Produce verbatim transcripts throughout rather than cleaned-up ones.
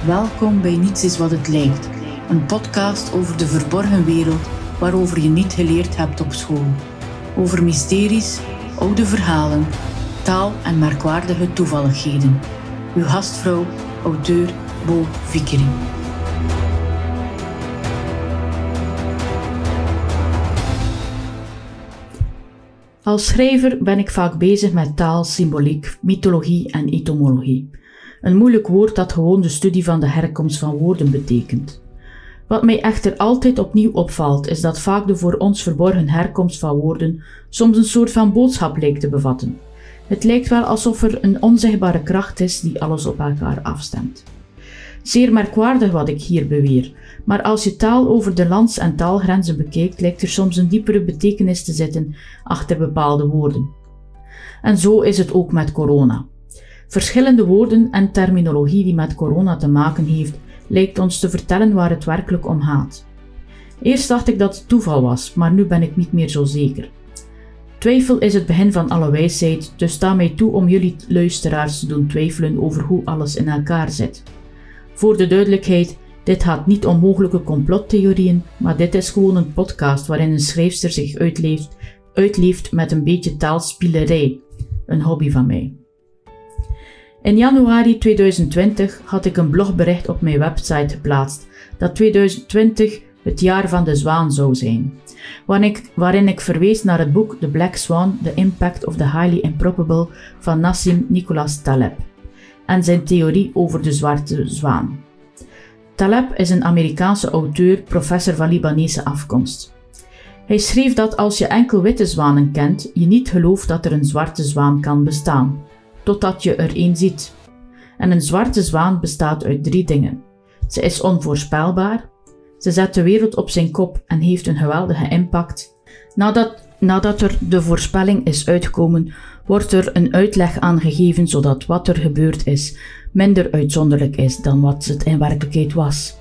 Welkom bij Niets is wat het lijkt, een podcast over de verborgen wereld waarover je niet geleerd hebt op school. Over mysteries, oude verhalen, taal en merkwaardige toevalligheden. Uw gastvrouw, auteur Bo Vickering. Als schrijver ben ik vaak bezig met taal, symboliek, mythologie en etymologie. Een moeilijk woord dat gewoon de studie van de herkomst van woorden betekent. Wat mij echter altijd opnieuw opvalt, is dat vaak de voor ons verborgen herkomst van woorden soms een soort van boodschap lijkt te bevatten. Het lijkt wel alsof er een onzichtbare kracht is die alles op elkaar afstemt. Zeer merkwaardig wat ik hier beweer, maar als je taal over de lands- en taalgrenzen bekijkt, lijkt er soms een diepere betekenis te zitten achter bepaalde woorden. En zo is het ook met corona. Verschillende woorden en terminologie die met corona te maken heeft, lijkt ons te vertellen waar het werkelijk om gaat. Eerst dacht ik dat het toeval was, maar nu ben ik niet meer zo zeker. Twijfel is het begin van alle wijsheid, dus sta mij toe om jullie luisteraars te doen twijfelen over hoe alles in elkaar zit. Voor de duidelijkheid, dit gaat niet om mogelijke complottheorieën, maar dit is gewoon een podcast waarin een schrijfster zich uitleeft, uitleeft met een beetje taalspielerij, een hobby van mij. In januari tweeduizend twintig had ik een blogbericht op mijn website geplaatst dat tweeduizend twintig het jaar van de zwaan zou zijn, waarin ik, waarin ik verwees naar het boek The Black Swan, The Impact of the Highly Improbable van Nassim Nicholas Taleb en zijn theorie over de zwarte zwaan. Taleb is een Amerikaanse auteur, professor van Libanese afkomst. Hij schreef dat als je enkel witte zwanen kent, je niet gelooft dat er een zwarte zwaan kan bestaan, totdat je er een ziet. En een zwarte zwaan bestaat uit drie dingen. Ze is onvoorspelbaar, ze zet de wereld op zijn kop en heeft een geweldige impact. Nadat, nadat er de voorspelling is uitgekomen, wordt er een uitleg aangegeven zodat wat er gebeurd is minder uitzonderlijk is dan wat het in werkelijkheid was.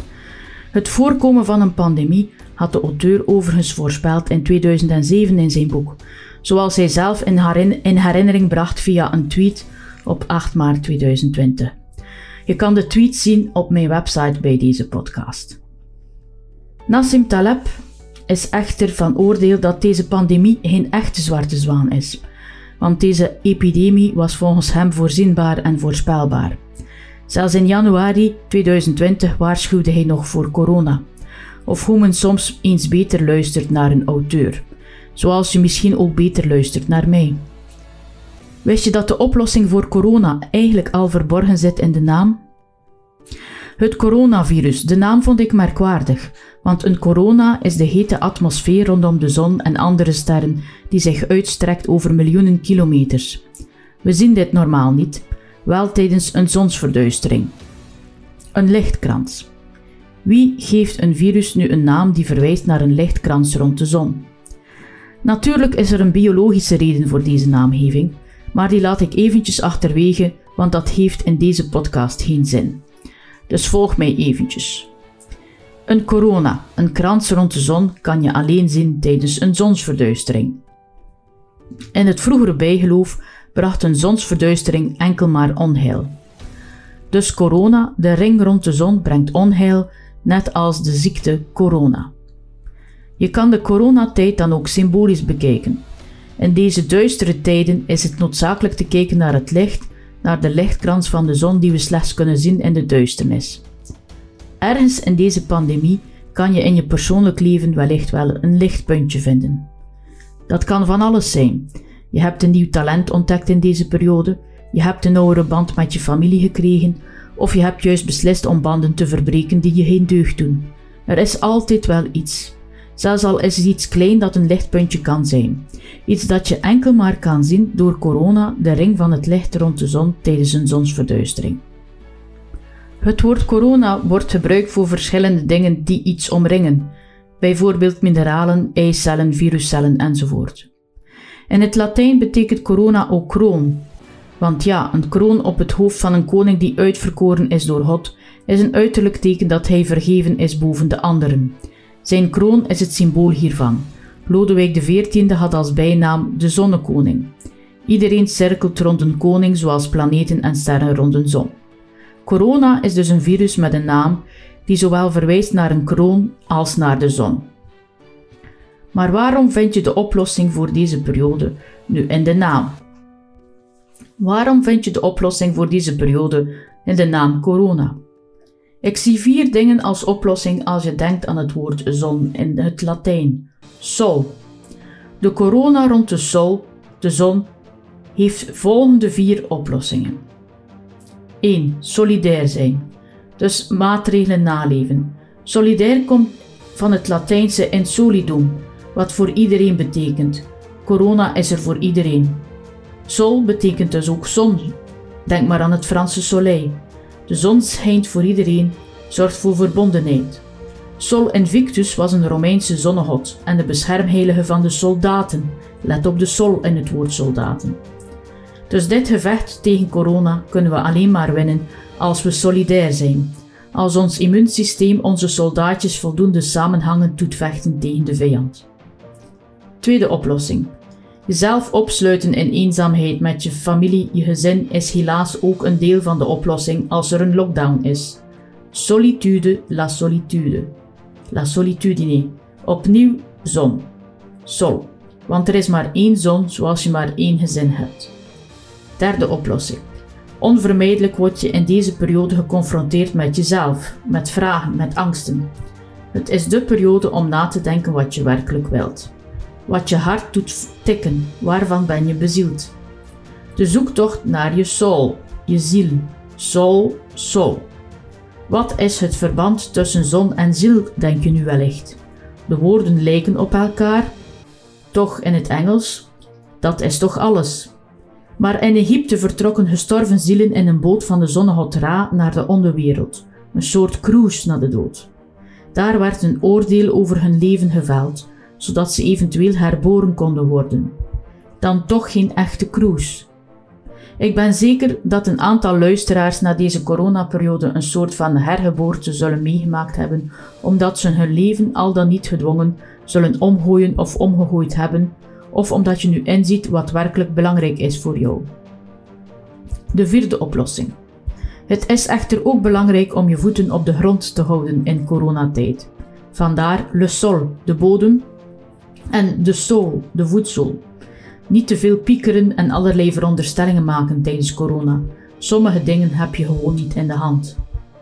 Het voorkomen van een pandemie had de auteur overigens voorspeld in tweeduizend zeven in zijn boek, zoals hij zelf in herinnering bracht via een tweet op acht maart tweeduizend twintig. Je kan de tweet zien op mijn website bij deze podcast. Nassim Taleb is echter van oordeel dat deze pandemie geen echte zwarte zwaan is, want deze epidemie was volgens hem voorzienbaar en voorspelbaar. Zelfs in januari tweeduizend twintig waarschuwde hij nog voor corona, of hoe men soms eens beter luistert naar een auteur, zoals je misschien ook beter luistert naar mij. Wist je dat de oplossing voor corona eigenlijk al verborgen zit in de naam? Het coronavirus, de naam vond ik merkwaardig, want een corona is de hete atmosfeer rondom de zon en andere sterren die zich uitstrekt over miljoenen kilometers. We zien dit normaal niet, wel tijdens een zonsverduistering. Een lichtkrans. Wie geeft een virus nu een naam die verwijst naar een lichtkrans rond de zon? Natuurlijk is er een biologische reden voor deze naamgeving, maar die laat ik eventjes achterwege, want dat heeft in deze podcast geen zin. Dus volg mij eventjes. Een corona, een krans rond de zon, kan je alleen zien tijdens een zonsverduistering. In het vroegere bijgeloof bracht een zonsverduistering enkel maar onheil. Dus corona, de ring rond de zon, brengt onheil, net als de ziekte corona. Je kan de coronatijd dan ook symbolisch bekijken. In deze duistere tijden is het noodzakelijk te kijken naar het licht, naar de lichtkrans van de zon die we slechts kunnen zien in de duisternis. Ergens in deze pandemie kan je in je persoonlijk leven wellicht wel een lichtpuntje vinden. Dat kan van alles zijn. Je hebt een nieuw talent ontdekt in deze periode, je hebt een nauwere band met je familie gekregen, of je hebt juist beslist om banden te verbreken die je geen deugd doen. Er is altijd wel iets. Zelfs al is het iets klein dat een lichtpuntje kan zijn. Iets dat je enkel maar kan zien door corona, de ring van het licht rond de zon tijdens een zonsverduistering. Het woord corona wordt gebruikt voor verschillende dingen die iets omringen, bijvoorbeeld mineralen, eicellen, viruscellen enzovoort. In het Latijn betekent corona ook kroon. Want ja, een kroon op het hoofd van een koning die uitverkoren is door God, is een uiterlijk teken dat hij verheven is boven de anderen. Zijn kroon is het symbool hiervan. Lodewijk de veertiende had als bijnaam de zonnekoning. Iedereen cirkelt rond een koning zoals planeten en sterren rond een zon. Corona is dus een virus met een naam die zowel verwijst naar een kroon als naar de zon. Maar waarom vind je de oplossing voor deze periode nu in de naam? Waarom vind je de oplossing voor deze periode in de naam corona? Ik zie vier dingen als oplossing als je denkt aan het woord zon in het Latijn. Sol. De corona rond de sol, de zon, heeft volgende vier oplossingen. één. Solidair zijn. Dus maatregelen naleven. Solidair komt van het Latijnse in solidum, wat voor iedereen betekent. Corona is er voor iedereen. Sol betekent dus ook zon. Denk maar aan het Franse soleil. De zon schijnt voor iedereen, zorgt voor verbondenheid. Sol Invictus was een Romeinse zonnegod en de beschermheilige van de soldaten. Let op de sol in het woord soldaten. Dus dit gevecht tegen corona kunnen we alleen maar winnen als we solidair zijn. Als ons immuunsysteem onze soldaatjes voldoende samenhangend doet vechten tegen de vijand. Tweede oplossing. Jezelf opsluiten in eenzaamheid met je familie, je gezin is helaas ook een deel van de oplossing als er een lockdown is. Solitude, la solitude. La solitudine. Opnieuw zon. Sol. Want er is maar één zon zoals je maar één gezin hebt. Derde oplossing. Onvermijdelijk word je in deze periode geconfronteerd met jezelf, met vragen, met angsten. Het is de periode om na te denken wat je werkelijk wilt. Wat je hart doet tikken, waarvan ben je bezield. De zoektocht naar je soul, je ziel. Soul, soul. Wat is het verband tussen zon en ziel, denk je nu wellicht? De woorden lijken op elkaar, toch in het Engels, dat is toch alles. Maar in Egypte vertrokken gestorven zielen in een boot van de zonnegod Ra naar de onderwereld, een soort cruise naar de dood. Daar werd een oordeel over hun leven geveld, zodat ze eventueel herboren konden worden. Dan toch geen echte cruise. Ik ben zeker dat een aantal luisteraars na deze coronaperiode een soort van hergeboorte zullen meegemaakt hebben, omdat ze hun leven al dan niet gedwongen zullen omgooien of omgegooid hebben, of omdat je nu inziet wat werkelijk belangrijk is voor jou. De vierde oplossing. Het is echter ook belangrijk om je voeten op de grond te houden in coronatijd. Vandaar le sol, de bodem, en de soul, de voetzool. Niet te veel piekeren en allerlei veronderstellingen maken tijdens corona. Sommige dingen heb je gewoon niet in de hand.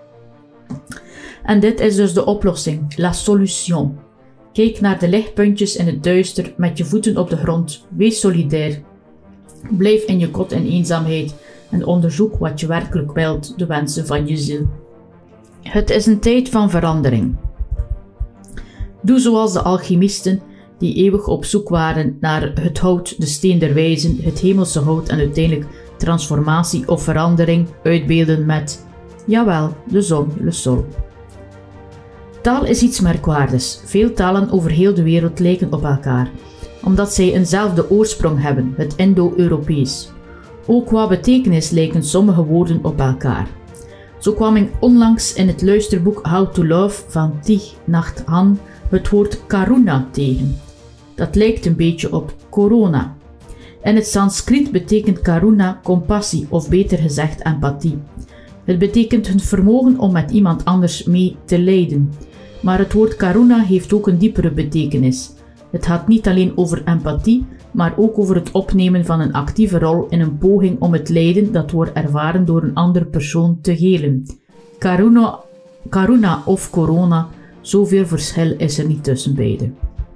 En dit is dus de oplossing, la solution. Kijk naar de lichtpuntjes in het duister met je voeten op de grond. Wees solidair. Blijf in je kot in eenzaamheid en onderzoek wat je werkelijk wilt, de wensen van je ziel. Het is een tijd van verandering. Doe zoals de alchemisten die eeuwig op zoek waren naar het hout, de steen der wijzen, het hemelse hout en uiteindelijk transformatie of verandering uitbeelden met, jawel, de zon, le sol. Taal is iets merkwaardigs. Veel talen over heel de wereld lijken op elkaar, omdat zij eenzelfde oorsprong hebben, het Indo-Europees. Ook qua betekenis lijken sommige woorden op elkaar. Zo kwam ik onlangs in het luisterboek How to Love van Thich Nhat Hanh het woord karuna tegen. Dat lijkt een beetje op corona. In het Sanskriet betekent karuna compassie of beter gezegd empathie. Het betekent het vermogen om met iemand anders mee te lijden. Maar het woord karuna heeft ook een diepere betekenis. Het gaat niet alleen over empathie, maar ook over het opnemen van een actieve rol in een poging om het lijden dat wordt ervaren door een andere persoon te helen. Karuna, karuna of corona, zoveel verschil is er niet tussen beide.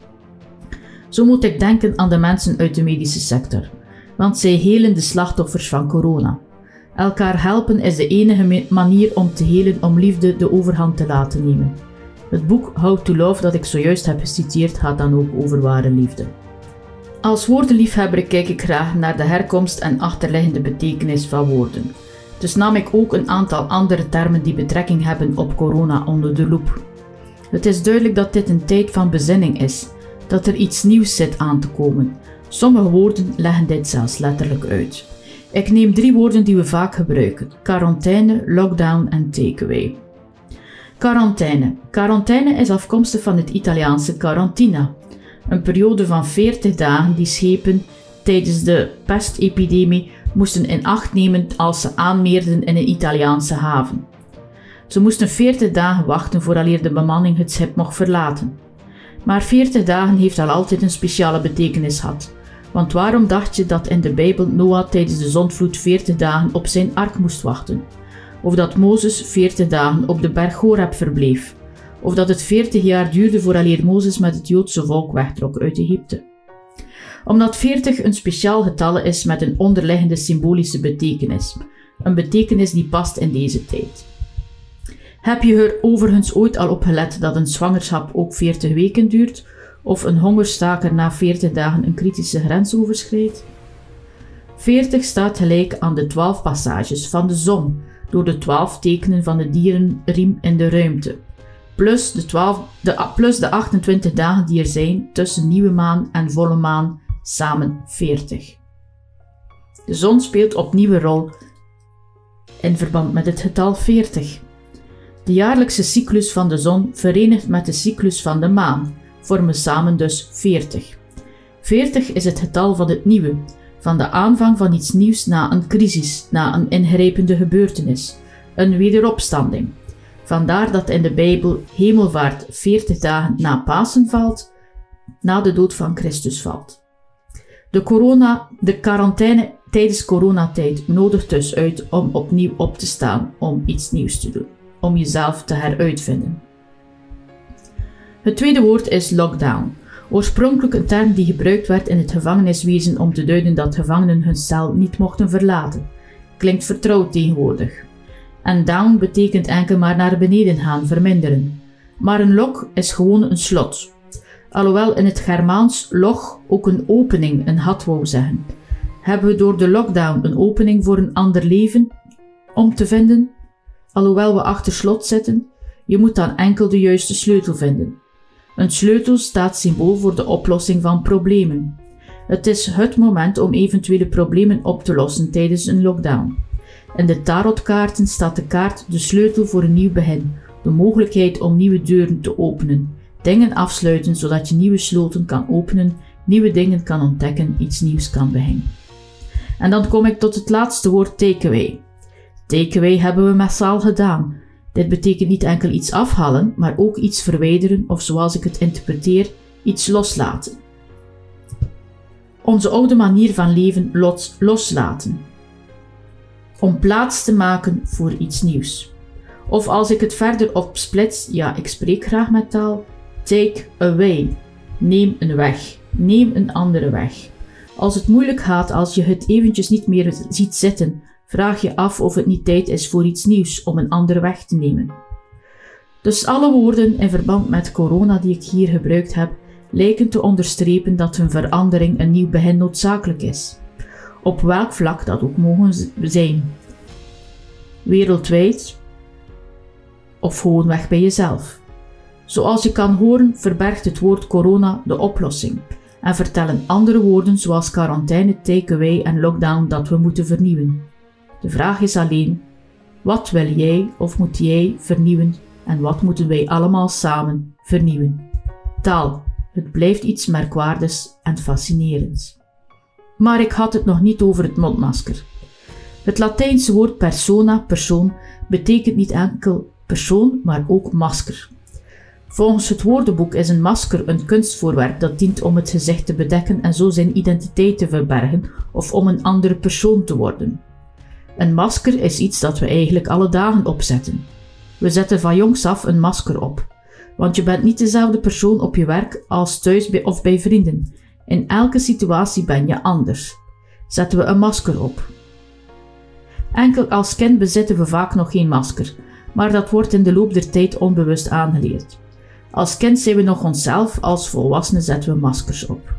Zo moet ik denken aan de mensen uit de medische sector, want zij helen de slachtoffers van corona. Elkaar helpen is de enige manier om te helen om liefde de overhand te laten nemen. Het boek How to Love dat ik zojuist heb geciteerd gaat dan ook over ware liefde. Als woordenliefhebber kijk ik graag naar de herkomst en achterliggende betekenis van woorden. Dus nam ik ook een aantal andere termen die betrekking hebben op corona onder de loep. Het is duidelijk dat dit een tijd van bezinning is, dat er iets nieuws zit aan te komen. Sommige woorden leggen dit zelfs letterlijk uit. Ik neem drie woorden die we vaak gebruiken: quarantaine, lockdown en takeaway. Quarantaine. Quarantaine is afkomstig van het Italiaanse quarantina, een periode van veertig dagen die schepen tijdens de pestepidemie moesten in acht nemen als ze aanmeerden in een Italiaanse haven. Ze moesten veertig dagen wachten vooraleer de bemanning het schip mocht verlaten. Maar veertig dagen heeft al altijd een speciale betekenis gehad. Want waarom dacht je dat in de Bijbel Noah tijdens de zondvloed veertig dagen op zijn ark moest wachten? Of dat Mozes veertig dagen op de berg Horeb verbleef? Of dat het veertig jaar duurde vooraleer Mozes met het Joodse volk wegtrok uit Egypte? Omdat veertig een speciaal getal is met een onderliggende symbolische betekenis. Een betekenis die past in deze tijd. Heb je er overigens ooit al op gelet dat een zwangerschap ook veertig weken duurt? Of een hongerstaker na veertig dagen een kritische grens overschrijdt? veertig staat gelijk aan de twaalf passages van de zon door de twaalf tekenen van de dierenriem in de ruimte, plus de, twaalf, de, plus de achtentwintig dagen die er zijn tussen nieuwe maan en volle maan, samen veertig. De zon speelt opnieuw een rol in verband met het getal veertig. De jaarlijkse cyclus van de zon verenigd met de cyclus van de maan vormen samen dus veertig. veertig is het getal van het nieuwe, van de aanvang van iets nieuws na een crisis, na een ingrijpende gebeurtenis, een wederopstanding. Vandaar dat in de Bijbel hemelvaart veertig dagen na Pasen valt, na de dood van Christus valt. De, corona, de quarantaine tijdens coronatijd nodigt dus uit om opnieuw op te staan, om iets nieuws te doen, om jezelf te heruitvinden. Het tweede woord is lockdown. Oorspronkelijk een term die gebruikt werd in het gevangeniswezen om te duiden dat gevangenen hun cel niet mochten verlaten. Klinkt vertrouwd tegenwoordig. En down betekent enkel maar naar beneden gaan, verminderen. Maar een lock is gewoon een slot. Alhoewel in het Germaans log ook een opening, een gat wou zeggen. Hebben we door de lockdown een opening voor een ander leven om te vinden? Alhoewel we achter slot zitten, je moet dan enkel de juiste sleutel vinden. Een sleutel staat symbool voor de oplossing van problemen. Het is het moment om eventuele problemen op te lossen tijdens een lockdown. In de tarotkaarten staat de kaart de sleutel voor een nieuw begin, de mogelijkheid om nieuwe deuren te openen, dingen afsluiten zodat je nieuwe sloten kan openen, nieuwe dingen kan ontdekken, iets nieuws kan beginnen. En dan kom ik tot het laatste woord takeaway. Takeaway hebben we massaal gedaan. Dit betekent niet enkel iets afhalen, maar ook iets verwijderen of zoals ik het interpreteer, iets loslaten. Onze oude manier van leven los, loslaten. Om plaats te maken voor iets nieuws. Of als ik het verder opsplits, ja, ik spreek graag met taal, take away. Neem een weg. Neem een andere weg. Als het moeilijk gaat, als je het eventjes niet meer ziet zitten, vraag je af of het niet tijd is voor iets nieuws, om een andere weg te nemen. Dus alle woorden in verband met corona die ik hier gebruikt heb, lijken te onderstrepen dat een verandering, een nieuw begin noodzakelijk is. Op welk vlak dat ook mogen zijn. Wereldwijd of gewoonweg bij jezelf. Zoals je kan horen, verbergt het woord corona de oplossing en vertellen andere woorden zoals quarantaine, takeaway en lockdown dat we moeten vernieuwen. De vraag is alleen, wat wil jij of moet jij vernieuwen en wat moeten wij allemaal samen vernieuwen? Taal, het blijft iets merkwaardigs en fascinerends. Maar ik had het nog niet over het mondmasker. Het Latijnse woord persona, persoon, betekent niet enkel persoon, maar ook masker. Volgens het woordenboek is een masker een kunstvoorwerp dat dient om het gezicht te bedekken en zo zijn identiteit te verbergen of om een andere persoon te worden. Een masker is iets dat we eigenlijk alle dagen opzetten. We zetten van jongs af een masker op, want je bent niet dezelfde persoon op je werk als thuis bij of bij vrienden. In elke situatie ben je anders. Zetten we een masker op. Enkel als kind bezitten we vaak nog geen masker, maar dat wordt in de loop der tijd onbewust aangeleerd. Als kind zijn we nog onszelf, als volwassenen zetten we maskers op.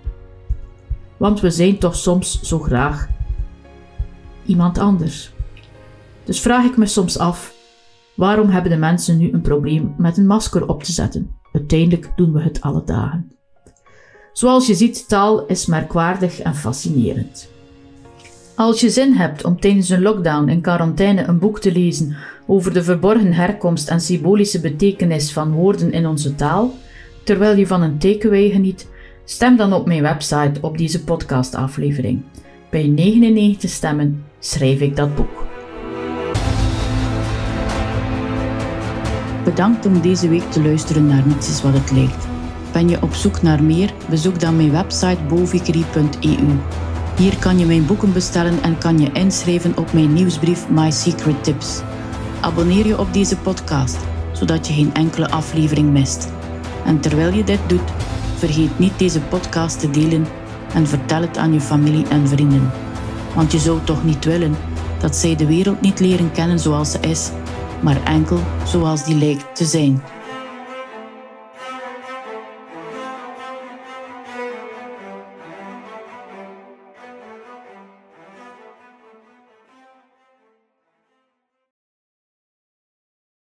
Want we zijn toch soms zo graag iemand anders. Dus vraag ik me soms af, waarom hebben de mensen nu een probleem met een masker op te zetten? Uiteindelijk doen we het alle dagen. Zoals je ziet, taal is merkwaardig en fascinerend. Als je zin hebt om tijdens een lockdown in quarantaine een boek te lezen over de verborgen herkomst en symbolische betekenis van woorden in onze taal, terwijl je van een takeaway geniet, Stem dan op mijn website op deze podcastaflevering. Bij negenennegentig stemmen schrijf ik dat boek. Bedankt om deze week te luisteren naar Niets is wat het lijkt. Ben je op zoek naar meer? Bezoek dan mijn website bovickery punt e u. Hier kan je mijn boeken bestellen en kan je inschrijven op mijn nieuwsbrief My Secret Tips. Abonneer je op deze podcast, zodat je geen enkele aflevering mist. En terwijl je dit doet, vergeet niet deze podcast te delen en vertel het aan je familie en vrienden. Want je zou toch niet willen dat zij de wereld niet leren kennen zoals ze is, maar enkel zoals die lijkt te zijn.